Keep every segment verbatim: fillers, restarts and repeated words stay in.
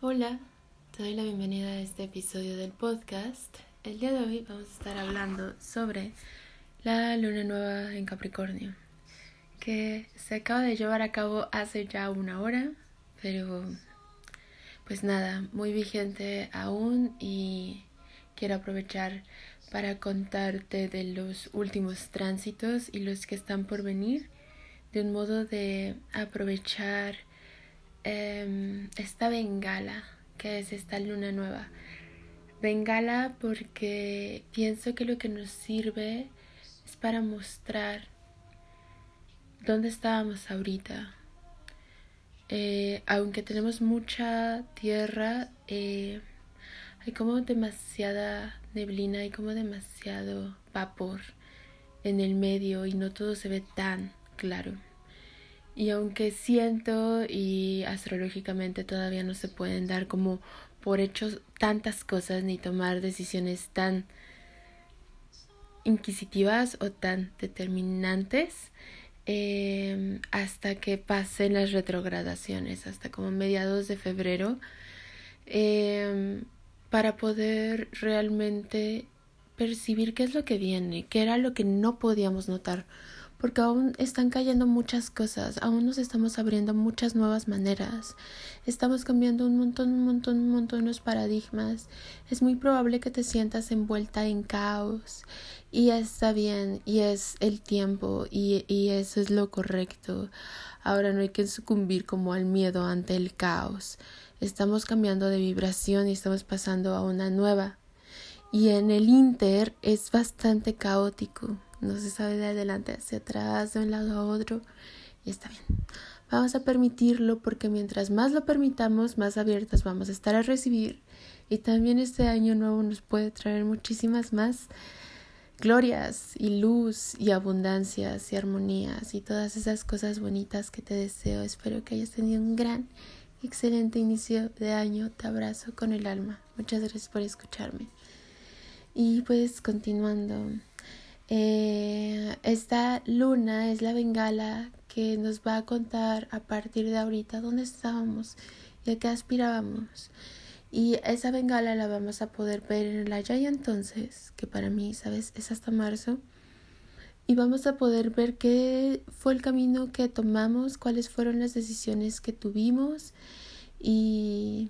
Hola, te doy la bienvenida a este episodio del podcast. El día de hoy vamos a estar hablando sobre la luna nueva en Capricornio, que se acaba de llevar a cabo hace ya una hora, pero pues nada, muy vigente aún y quiero aprovechar para contarte de los últimos tránsitos y los que están por venir, de un modo de aprovechar eh, esta bengala que es esta luna nueva. Bengala porque pienso que lo que nos sirve es para mostrar dónde estábamos ahorita. Eh, aunque tenemos mucha tierra, eh, hay como demasiada neblina, hay como demasiado vapor en el medio y no todo se ve tan claro. Y aunque siento y astrológicamente todavía no se pueden dar como por hechos tantas cosas ni tomar decisiones tan inquisitivas o tan determinantes, eh, hasta que pasen las retrogradaciones, hasta como mediados de febrero, eh, para poder realmente percibir qué es lo que viene, qué era lo que no podíamos notar, porque aún están cayendo muchas cosas, aún nos estamos abriendo muchas nuevas maneras, estamos cambiando un montón, un montón, un montón los paradigmas. Es muy probable que te sientas envuelta en caos y está bien, y es el tiempo y, y eso es lo correcto. Ahora no hay que sucumbir como al miedo ante el caos. Estamos cambiando de vibración y estamos pasando a una nueva. Y en el inter es bastante caótico. No se sabe de adelante hacia atrás, de un lado a otro. Y está bien. Vamos a permitirlo porque mientras más lo permitamos, más abiertas vamos a estar a recibir. Y también este año nuevo nos puede traer muchísimas más glorias y luz y abundancias y armonías y todas esas cosas bonitas que te deseo. Espero que hayas tenido un gran, excelente inicio de año. Te abrazo con el alma. Muchas gracias por escucharme. Y pues continuando, eh, esta luna es la bengala que nos va a contar a partir de ahorita dónde estábamos y a qué aspirábamos. Y esa bengala la vamos a poder ver en el allá y entonces, que para mí, ¿sabes? Es hasta marzo. Y vamos a poder ver qué fue el camino que tomamos, cuáles fueron las decisiones que tuvimos y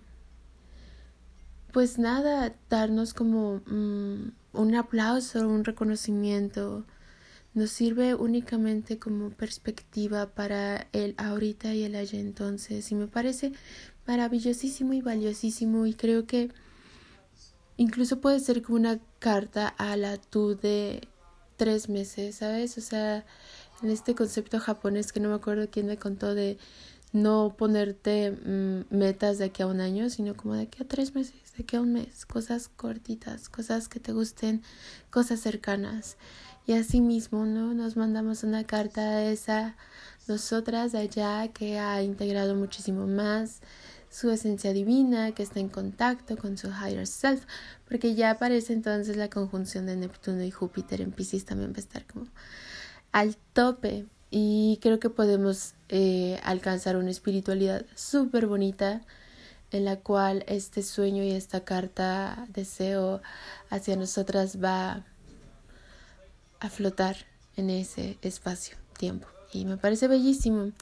pues nada, darnos como mmm, un aplauso, un reconocimiento. Nos sirve únicamente como perspectiva para el ahorita y el allá entonces. Y me parece maravillosísimo y valiosísimo. Y creo que incluso puede ser como una carta a la tú de tres meses, ¿sabes? O sea, en este concepto japonés que no me acuerdo quién me contó de no ponerte mmm, metas de aquí a un año, sino como de aquí a tres meses, de aquí a un mes, cosas cortitas, cosas que te gusten, cosas cercanas. Y así mismo, ¿no? Nos mandamos una carta a esa nosotras de allá que ha integrado muchísimo más su esencia divina, que está en contacto con su higher self, porque ya aparece entonces la conjunción de Neptuno y Júpiter en Piscis, también va a estar como al tope. Y creo que podemos eh, alcanzar una espiritualidad súper bonita en la cual este sueño y esta carta deseo hacia nosotras va a flotar en ese espacio-tiempo. Y me parece bellísimo.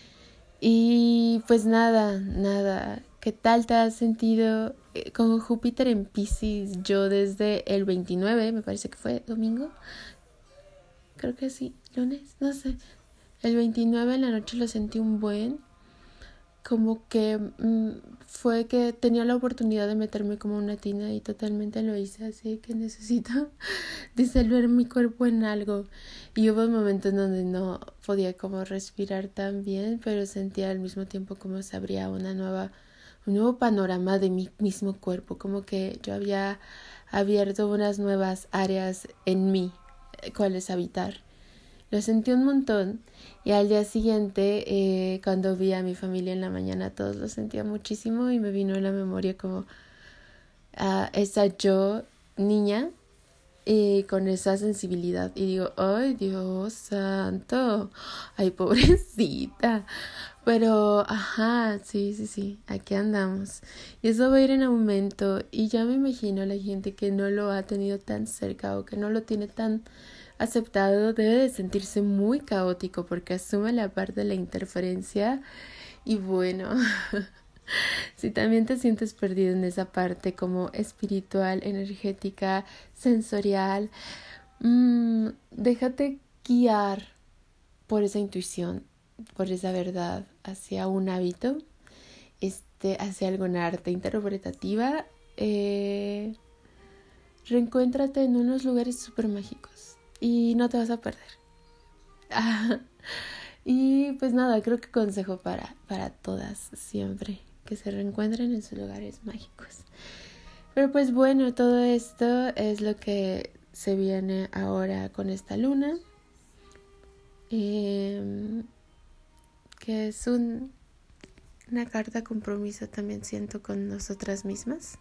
Y pues nada, nada. ¿Qué tal te has sentido con Júpiter en Piscis? Yo desde el veintinueve, me parece que fue domingo. Creo que sí, lunes, no sé. El veintinueve en la noche lo sentí un buen, como que mmm, fue que tenía la oportunidad de meterme como una tina y totalmente lo hice, así que necesito disolver mi cuerpo en algo. Y hubo momentos donde no podía como respirar tan bien, pero sentía al mismo tiempo como se abría una nueva, un nuevo panorama de mi mismo cuerpo, como que yo había abierto unas nuevas áreas en mí, cuales habitar. Lo sentí un montón y al día siguiente, eh, cuando vi a mi familia en la mañana, todos lo sentía muchísimo y me vino a la memoria como uh, esa yo niña y con esa sensibilidad. Y digo, ay, Dios santo, ay, pobrecita. Pero, ajá, sí, sí, sí, aquí andamos. Y eso va a ir en aumento. Y ya me imagino la gente que no lo ha tenido tan cerca o que no lo tiene tan aceptado, debe de sentirse muy caótico porque asume la parte de la interferencia. Y bueno, si también te sientes perdido en esa parte como espiritual, energética, sensorial, mmm, déjate guiar por esa intuición, por esa verdad hacia un hábito, este, hacia alguna arte interpretativa. Eh, reencuéntrate en unos lugares súper mágicos y no te vas a perder. Y pues nada, creo que consejo para, para todas siempre, que se reencuentren en sus lugares mágicos. Pero pues bueno, todo esto es lo que se viene ahora con esta luna, eh, que es un, una carta compromiso también siento con nosotras mismas.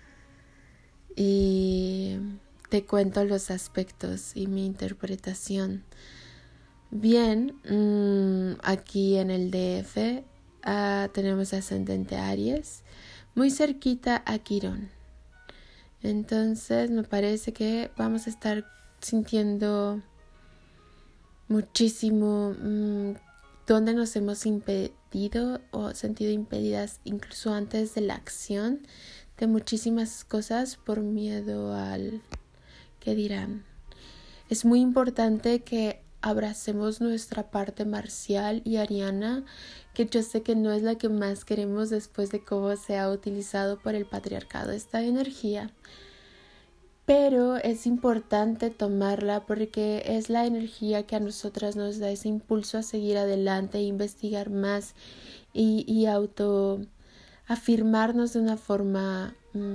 Y te cuento los aspectos y mi interpretación. Bien, mmm, aquí en el D F uh, tenemos ascendente Aries, muy cerquita a Quirón. Entonces me parece que vamos a estar sintiendo muchísimo mmm, donde nos hemos impedido o sentido impedidas incluso antes de la acción de muchísimas cosas por miedo al que dirán. Es muy importante que abracemos nuestra parte marcial y ariana, que yo sé que no es la que más queremos después de cómo se ha utilizado por el patriarcado esta energía, pero es importante tomarla porque es la energía que a nosotras nos da ese impulso a seguir adelante e investigar más y, y auto afirmarnos de una forma mm,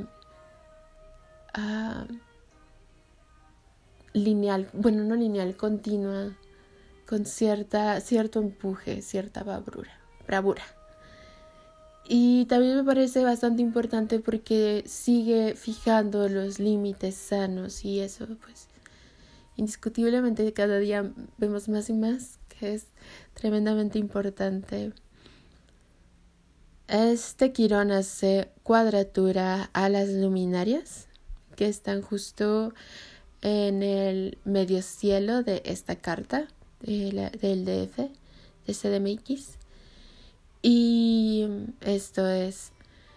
uh, lineal, bueno, no lineal, continua, con cierta, cierto empuje, cierta bravura, bravura. Y también me parece bastante importante porque sigue fijando los límites sanos y eso, pues, indiscutiblemente cada día vemos más y más que es tremendamente importante. Este Quirón hace cuadratura a las luminarias que están justo en el medio cielo de esta carta de la, del D F, de C D M X. Y esto es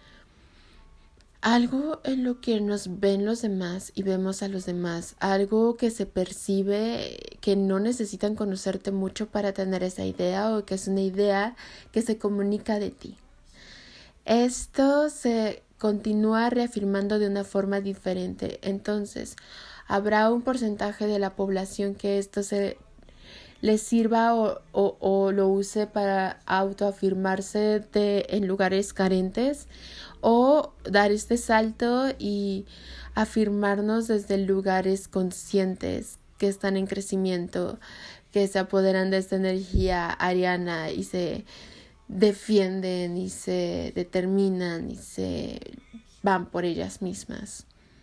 algo en lo que nos ven los demás y vemos a los demás, algo que se percibe que no necesitan conocerte mucho para tener esa idea o que es una idea que se comunica de ti. Esto se continúa reafirmando de una forma diferente, entonces habrá un porcentaje de la población que esto se le sirva o, o, o lo use para autoafirmarse de, en lugares carentes o dar este salto y afirmarnos desde lugares conscientes que están en crecimiento, que se apoderan de esta energía ariana y se defienden y se determinan y se van por ellas mismas.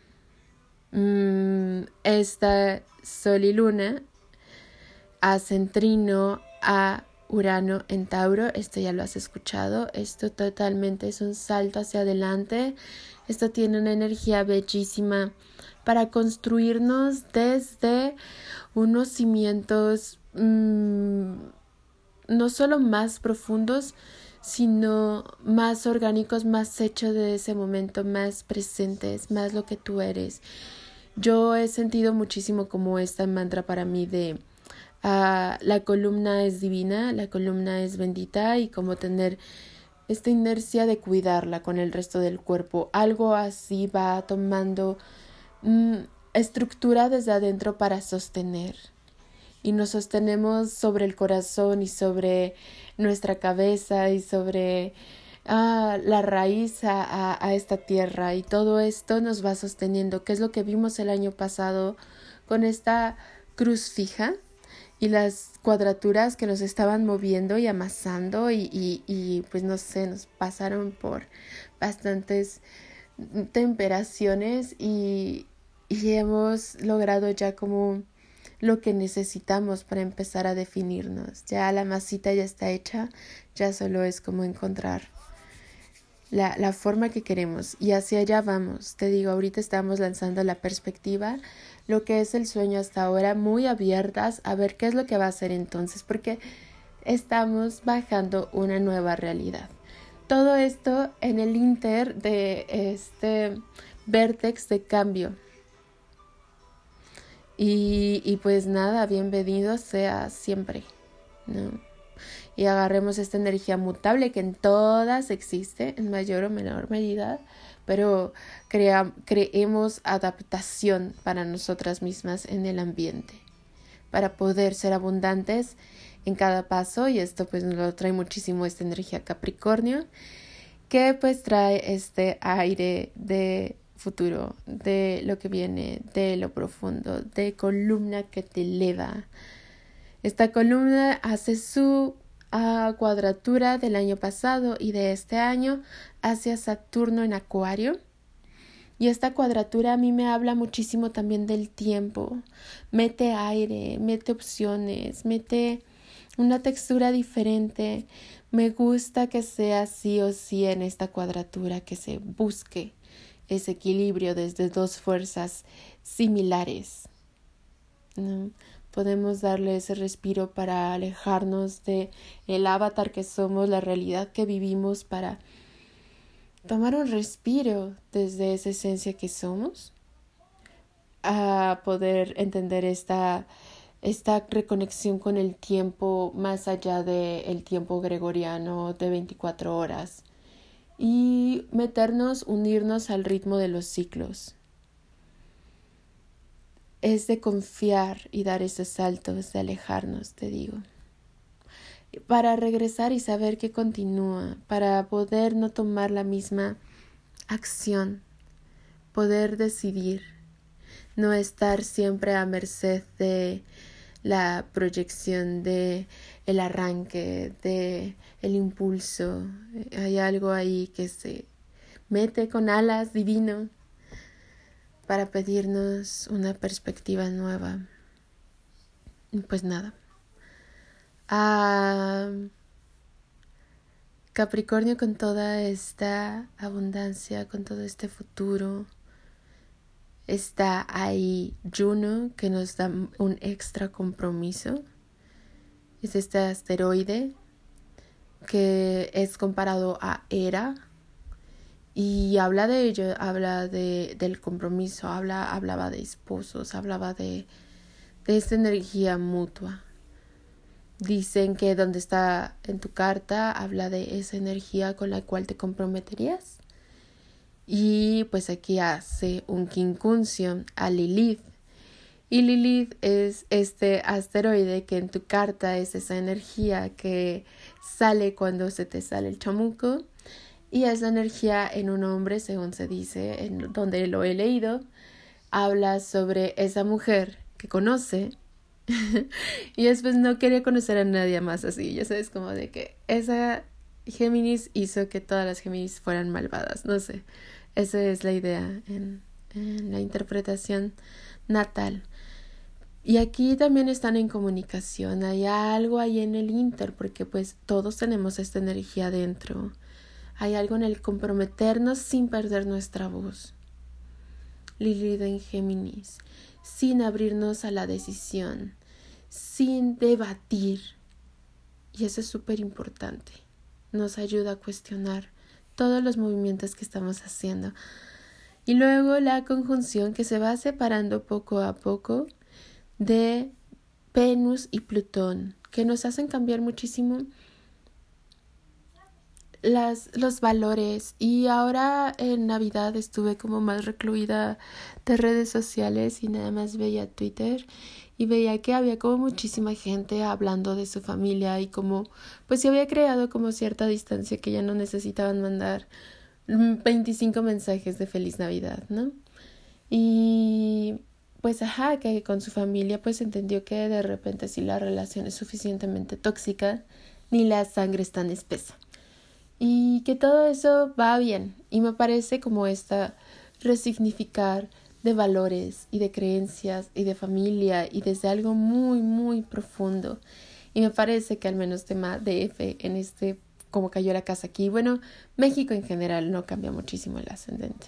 Mm, esta Sol y Luna hacen trino a Urano en Tauro. Esto ya lo has escuchado. Esto totalmente es un salto hacia adelante. Esto tiene una energía bellísima para construirnos desde unos cimientos mmm, no solo más profundos, sino más orgánicos, más hechos de ese momento, más presentes, más lo que tú eres. Yo he sentido muchísimo como esta mantra para mí de uh, la columna es divina, la columna es bendita y como tener esta inercia de cuidarla con el resto del cuerpo. Algo así va tomando mm, estructura desde adentro para sostener. Y nos sostenemos sobre el corazón y sobre nuestra cabeza y sobre ah, la raíz a, a, a esta tierra. Y todo esto nos va sosteniendo, que es lo que vimos el año pasado con esta cruz fija y las cuadraturas que nos estaban moviendo y amasando y, y, y pues no sé, nos pasaron por bastantes temperaciones y y hemos logrado ya como lo que necesitamos para empezar a definirnos. Ya la masita ya está hecha, ya solo es como encontrar la, la forma que queremos y hacia allá vamos. Te digo, ahorita estamos lanzando la perspectiva, lo que es el sueño hasta ahora, muy abiertas a ver qué es lo que va a ser entonces, porque estamos bajando una nueva realidad. Todo esto en el inter de este vértex de cambio. Y, y pues nada, bienvenido sea siempre, ¿no? Y agarremos esta energía mutable que en todas existe, en mayor o menor medida, pero crea, creemos adaptación para nosotras mismas en el ambiente, para poder ser abundantes en cada paso. Y esto pues nos lo trae muchísimo esta energía Capricornio, que pues trae este aire de futuro, de lo que viene, de lo profundo, de columna que te eleva. Esta columna hace su uh, cuadratura del año pasado y de este año hacia Saturno en Acuario. Y esta cuadratura a mí me habla muchísimo también del tiempo. Mete aire, mete opciones, mete una textura diferente. Me gusta que sea sí o sí en esta cuadratura, que se busque ese equilibrio desde dos fuerzas similares, ¿no? Podemos darle ese respiro para alejarnos de el avatar que somos, la realidad que vivimos, para tomar un respiro desde esa esencia que somos, a poder entender esta, esta reconexión con el tiempo más allá del tiempo gregoriano de veinticuatro horas y meternos, unirnos al ritmo de los ciclos. Es de confiar y dar esos saltos, de alejarnos, te digo, para regresar y saber que continúa, para poder no tomar la misma acción, poder decidir, no estar siempre a merced de la proyección, de el arranque, de el impulso. Hay algo ahí que se mete con alas divino para pedirnos una perspectiva nueva. Pues nada. Ah, Capricornio, con toda esta abundancia, con todo este futuro, está ahí Juno, que nos da un extra compromiso. Es este asteroide que es comparado a Hera y habla de ello, habla de, del compromiso, habla, hablaba de esposos, hablaba de, de esta energía mutua. Dicen que donde está en tu carta habla de esa energía con la cual te comprometerías. Y pues aquí hace un quincuncio a Lilith. Y Lilith es este asteroide que en tu carta es esa energía que sale cuando se te sale el chamuco. Y esa energía en un hombre, según se dice, en donde lo he leído, habla sobre esa mujer que conoce y después no quería conocer a nadie más así. Ya sabes, como de que esa Géminis hizo que todas las Géminis fueran malvadas. No sé, esa es la idea en, en la interpretación natal. Y aquí también están en comunicación. Hay algo ahí en el inter, porque pues todos tenemos esta energía dentro. Hay algo en el comprometernos sin perder nuestra voz. Lilith en Géminis, sin abrirnos a la decisión, sin debatir. Y eso es súper importante. Nos ayuda a cuestionar todos los movimientos que estamos haciendo. Y luego la conjunción que se va separando poco a poco de Venus y Plutón, que nos hacen cambiar muchísimo Las, los valores. Y ahora en Navidad estuve como más recluida de redes sociales y nada más veía Twitter y veía que había como muchísima gente hablando de su familia y como pues se había creado como cierta distancia, que ya no necesitaban mandar veinticinco mensajes de feliz Navidad, ¿no? Y pues ajá, que con su familia pues entendió que de repente si la relación es suficientemente tóxica ni la sangre es tan espesa. Y que todo eso va bien. Y me parece como esta resignificar de valores y de creencias y de familia y desde algo muy, muy profundo. Y me parece que al menos tema D F en este, como cayó la casa aquí, bueno, México en general no cambia muchísimo el ascendente.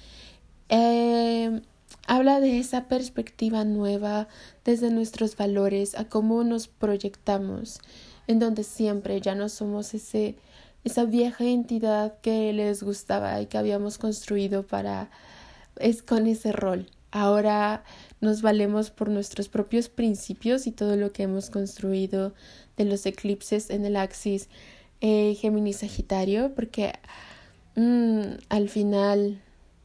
Eh, habla de esa perspectiva nueva desde nuestros valores a cómo nos proyectamos, en donde siempre ya no somos ese, esa vieja entidad que les gustaba y que habíamos construido para, es con ese rol. Ahora nos valemos por nuestros propios principios y todo lo que hemos construido de los eclipses en el axis eh, Géminis-Sagitario, porque mmm, al final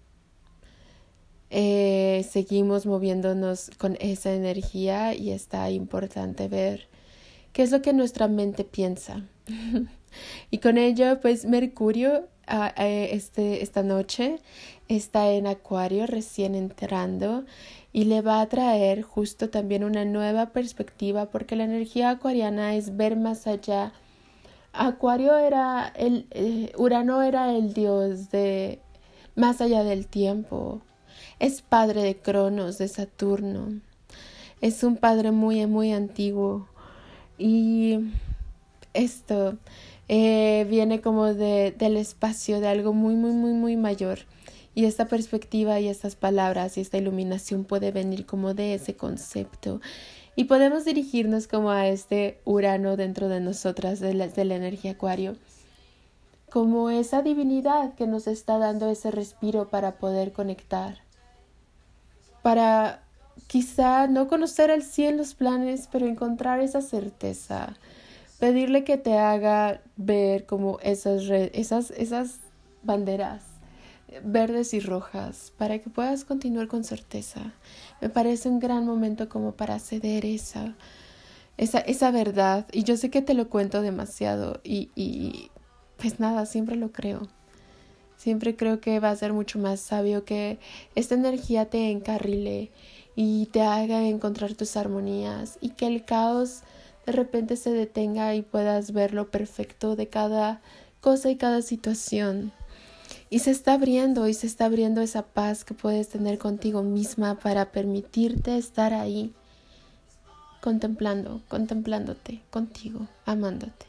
eh, seguimos moviéndonos con esa energía y está importante ver qué es lo que nuestra mente piensa. Y con ello, pues Mercurio uh, eh, este, esta noche está en Acuario recién entrando y le va a traer justo también una nueva perspectiva porque la energía acuariana es ver más allá. Acuario era el, eh, Urano era el dios de más allá del tiempo. Es padre de Cronos, de Saturno. Es un padre muy, muy antiguo. Y esto eh, viene como de, del espacio, de algo muy, muy, muy, muy mayor. Y esta perspectiva y estas palabras y esta iluminación puede venir como de ese concepto. Y podemos dirigirnos como a este Urano dentro de nosotras, de la, de la energía Acuario, como esa divinidad que nos está dando ese respiro para poder conectar. Para quizá no conocer al cien los planes, pero encontrar esa certeza. Pedirle que te haga ver como esas, re- esas, esas banderas verdes y rojas para que puedas continuar con certeza. Me parece un gran momento como para ceder esa, esa, esa verdad. Y yo sé que te lo cuento demasiado y, y pues nada, siempre lo creo. Siempre creo que va a ser mucho más sabio que esta energía te encarrile y te haga encontrar tus armonías y que el caos de repente se detenga y puedas ver lo perfecto de cada cosa y cada situación. Y se está abriendo y se está abriendo esa paz que puedes tener contigo misma para permitirte estar ahí, contemplando, contemplándote, contigo, amándote.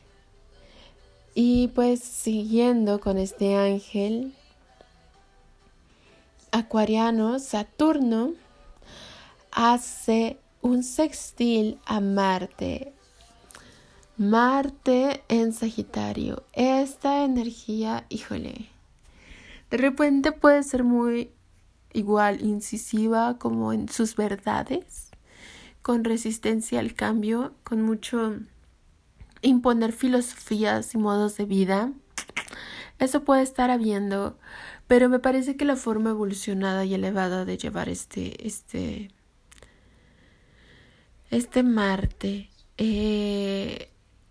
Y pues siguiendo con este ángel acuariano, Saturno hace un sextil a Marte. Marte en Sagitario. Esta energía, híjole, de repente puede ser muy igual incisiva como en sus verdades, con resistencia al cambio, con mucho imponer filosofías y modos de vida. Eso puede estar habiendo, pero me parece que la forma evolucionada y elevada de llevar este este este Marte eh,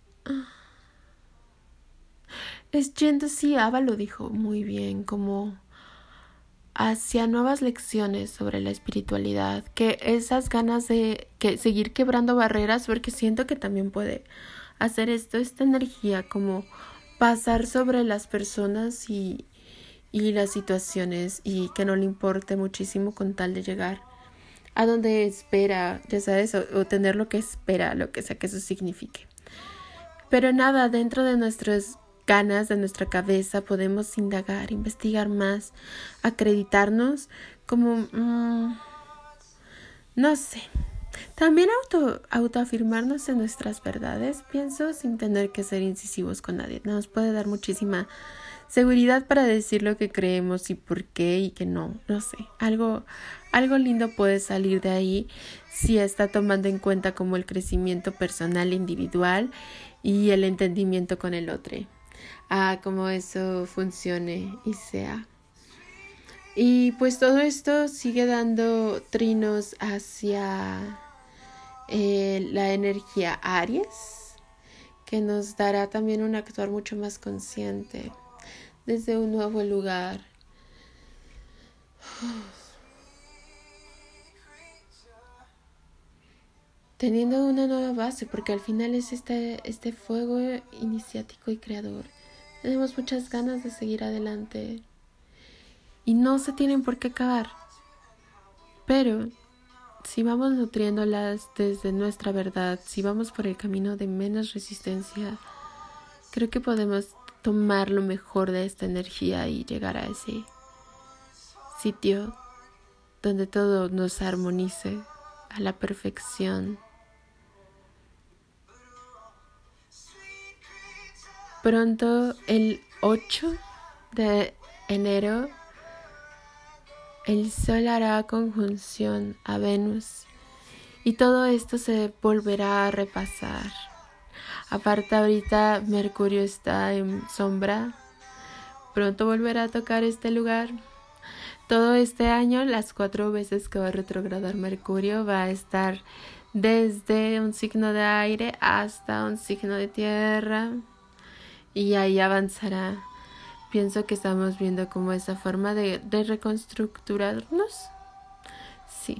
es yendo, sí, Ava lo dijo muy bien, como hacia nuevas lecciones sobre la espiritualidad, que esas ganas de que seguir quebrando barreras, porque siento que también puede hacer esto, esta energía, como pasar sobre las personas y, y las situaciones y que no le importe muchísimo con tal de llegar a donde espera, ya sabes, o, o tener lo que espera, lo que sea que eso signifique. Pero nada, dentro de nuestras ganas, de nuestra cabeza, podemos indagar, investigar más, acreditarnos como, mmm, no sé, también auto, autoafirmarnos en nuestras verdades, pienso, sin tener que ser incisivos con nadie. Nos puede dar muchísima seguridad para decir lo que creemos y por qué y que no, no sé, algo, algo lindo puede salir de ahí si está tomando en cuenta como el crecimiento personal individual y el entendimiento con el otro, a cómo eso funcione y sea. Y pues todo esto sigue dando trinos hacia eh, la energía Aries, que nos dará también un actuar mucho más consciente desde un nuevo lugar. Teniendo una nueva base, porque al final es este, este fuego iniciático y creador. Tenemos muchas ganas de seguir adelante y no se tienen por qué acabar. Pero si vamos nutriéndolas desde nuestra verdad, si vamos por el camino de menos resistencia, creo que podemos tomar lo mejor de esta energía y llegar a ese sitio donde todo nos armonice a la perfección. Pronto, el ocho de enero, el Sol hará conjunción a Venus y todo esto se volverá a repasar. Aparte, ahorita Mercurio está en sombra, pronto volverá a tocar este lugar. Todo este año, las cuatro veces que va a retrogradar Mercurio, va a estar desde un signo de aire hasta un signo de tierra y ahí avanzará. Pienso que estamos viendo como esa forma de, de reconstructurarnos. Sí.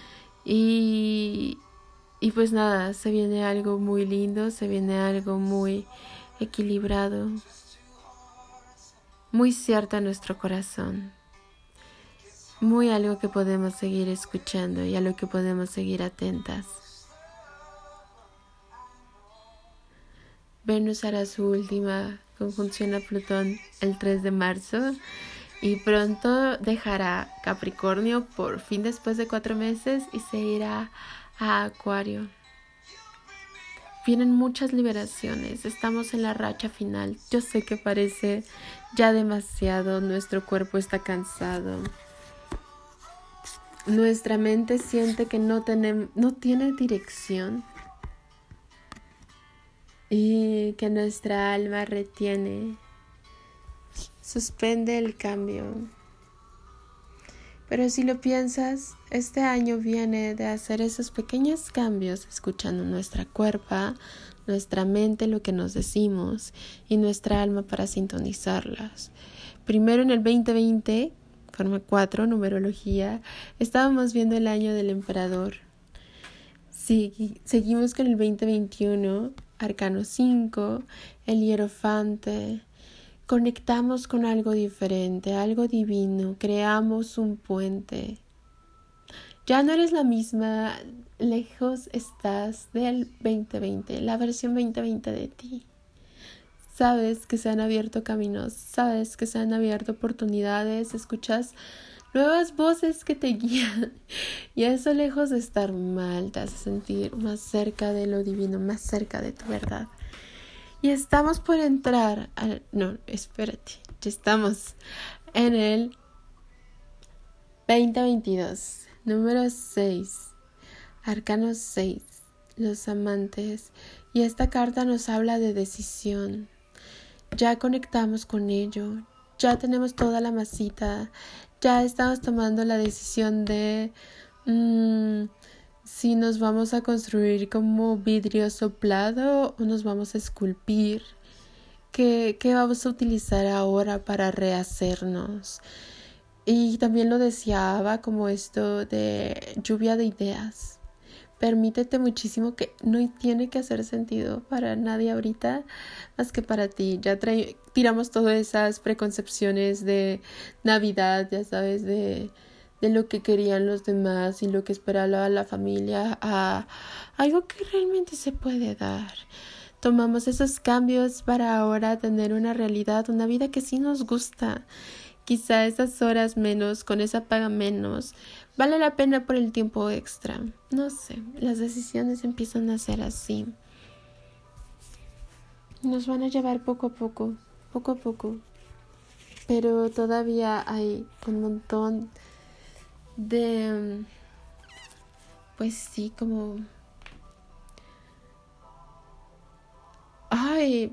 Y, y pues nada, se viene algo muy lindo, se viene algo muy equilibrado, muy cierto a nuestro corazón. Muy algo que podemos seguir escuchando y a lo que podemos seguir atentas. Venus hará su última conjunción a Plutón el tres de marzo y pronto dejará Capricornio por fin después de cuatro meses y se irá a Acuario. Vienen muchas liberaciones, estamos en la racha final. Yo sé que parece ya demasiado, nuestro cuerpo está cansado. Nuestra mente siente que no, tenem- no tiene dirección y que nuestra alma retiene, suspende el cambio. Pero si lo piensas, este año viene de hacer esos pequeños cambios, escuchando nuestra cuerpo, nuestra mente, lo que nos decimos y nuestra alma para sintonizarlas. Primero en el veinte veinte, forma cuatro, numerología, estábamos viendo el año del emperador. Sí, seguimos con el veinte veintiuno, arcano cinco, el hierofante. Conectamos con algo diferente, algo divino, creamos un puente. Ya no eres la misma, lejos estás del veinte veinte, la versión veinte veinte de ti. Sabes que se han abierto caminos, sabes que se han abierto oportunidades, escuchas nuevas voces que te guían. Y eso, lejos de estar mal, te hace sentir más cerca de lo divino, más cerca de tu verdad. Y estamos por entrar al... No, espérate, ya estamos en el veinte veintidós, número seis, arcano seis, los amantes. Y esta carta nos habla de decisión. Ya conectamos con ello, ya tenemos toda la masita, ya estamos tomando la decisión de mmm, si nos vamos a construir como vidrio soplado o nos vamos a esculpir, qué, qué vamos a utilizar ahora para rehacernos. Y también lo deseaba como esto de lluvia de ideas. Permítete muchísimo que no tiene que hacer sentido para nadie ahorita más que para ti. Ya tra- tiramos todas esas preconcepciones de Navidad, ya sabes, de, de lo que querían los demás y lo que esperaba la familia a algo que realmente se puede dar. Tomamos esos cambios para ahora tener una realidad, una vida que sí nos gusta. Quizá esas horas menos, con esa paga menos, vale la pena por el tiempo extra. No sé, las decisiones empiezan a ser así. Nos van a llevar poco a poco, poco a poco. Pero todavía hay un montón de, pues sí, como... Ay...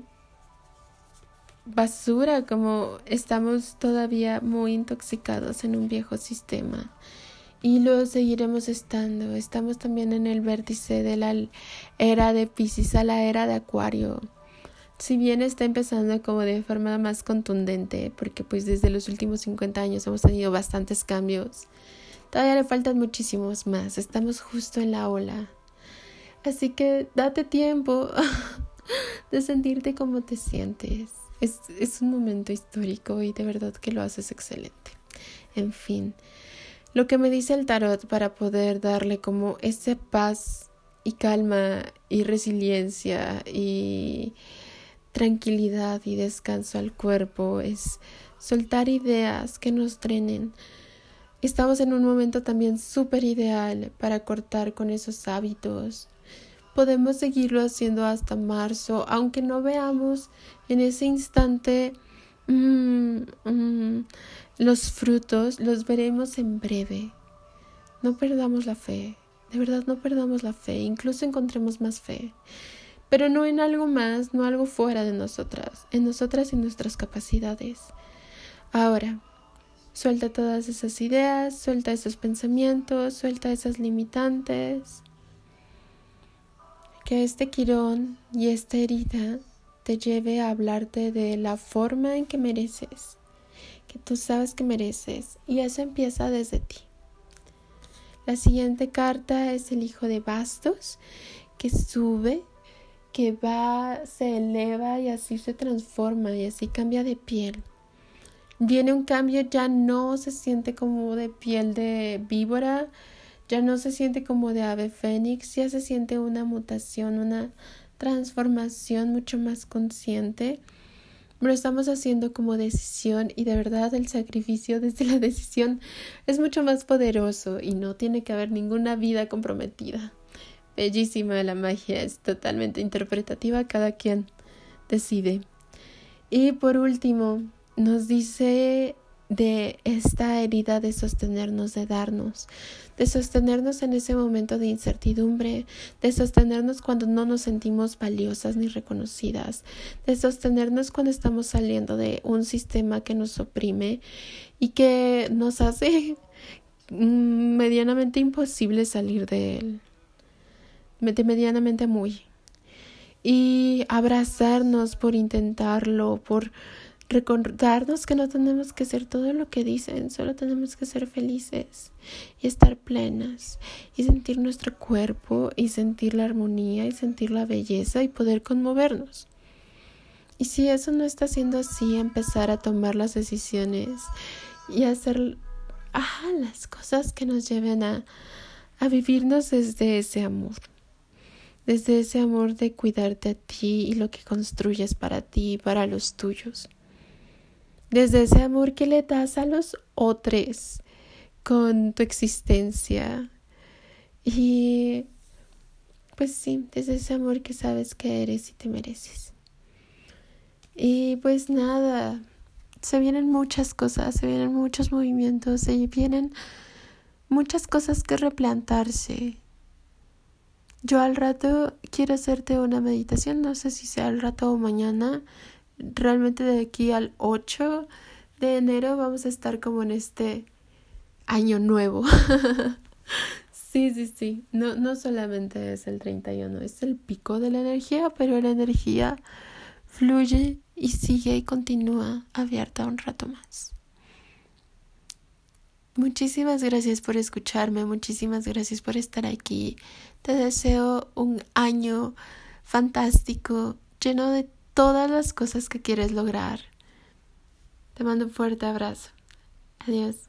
basura, como estamos todavía muy intoxicados en un viejo sistema y lo seguiremos estando. Estamos también en el vértice de la era de Piscis a la era de Acuario. Si bien está empezando como de forma más contundente, porque pues desde los últimos cincuenta años hemos tenido bastantes cambios, todavía le faltan muchísimos más. Estamos justo en la ola, así que date tiempo de sentirte como te sientes. Es, es un momento histórico y de verdad que lo haces excelente. En fin, lo que me dice el tarot para poder darle como esa paz y calma y resiliencia y tranquilidad y descanso al cuerpo es soltar ideas que nos drenen. Estamos en un momento también súper ideal para cortar con esos hábitos. Podemos seguirlo haciendo hasta marzo, aunque no veamos en ese instante mmm, mmm, los frutos, los veremos en breve. No perdamos la fe, de verdad no perdamos la fe, incluso encontremos más fe. Pero no en algo más, no algo fuera de nosotras, en nosotras y nuestras capacidades. Ahora, suelta todas esas ideas, suelta esos pensamientos, suelta esas limitantes. Que este quirón y esta herida te lleve a hablarte de la forma en que mereces, que tú sabes que mereces, y eso empieza desde ti. La siguiente carta es el Hijo de Bastos, que sube, que va, se eleva y así se transforma y así cambia de piel. Viene un cambio, ya no se siente como de piel de víbora, ya no se siente como de ave fénix, ya se siente una mutación, una transformación mucho más consciente. Lo estamos haciendo como decisión y de verdad el sacrificio desde la decisión es mucho más poderoso y no tiene que haber ninguna vida comprometida. Bellísima la magia, es totalmente interpretativa, cada quien decide. Y por último, nos dice de esta herida de sostenernos, de darnos, de sostenernos en ese momento de incertidumbre, de sostenernos cuando no nos sentimos valiosas ni reconocidas, de sostenernos cuando estamos saliendo de un sistema que nos oprime y que nos hace medianamente imposible salir de él, de medianamente muy, y abrazarnos por intentarlo, por recordarnos que no tenemos que ser todo lo que dicen, solo tenemos que ser felices y estar plenas y sentir nuestro cuerpo y sentir la armonía y sentir la belleza y poder conmovernos. Y si eso no está siendo así, empezar a tomar las decisiones y hacer ah, las cosas que nos lleven a, a vivirnos desde ese amor. Desde ese amor de cuidarte a ti y lo que construyes para ti y para los tuyos. Desde ese amor que le das a los otros con tu existencia. Y pues sí, desde ese amor que sabes que eres y te mereces. Y pues nada, se vienen muchas cosas, se vienen muchos movimientos, se vienen muchas cosas que replantarse. Yo al rato quiero hacerte una meditación, no sé si sea al rato o mañana. Realmente de aquí al ocho de enero vamos a estar como en este año nuevo. sí, sí, sí. No, no solamente es el treinta y uno, es el pico de la energía, pero la energía fluye y sigue y continúa abierta un rato más. Muchísimas gracias por escucharme, muchísimas gracias por estar aquí. Te deseo un año fantástico, lleno de todas las cosas que quieres lograr. Te mando un fuerte abrazo. Adiós.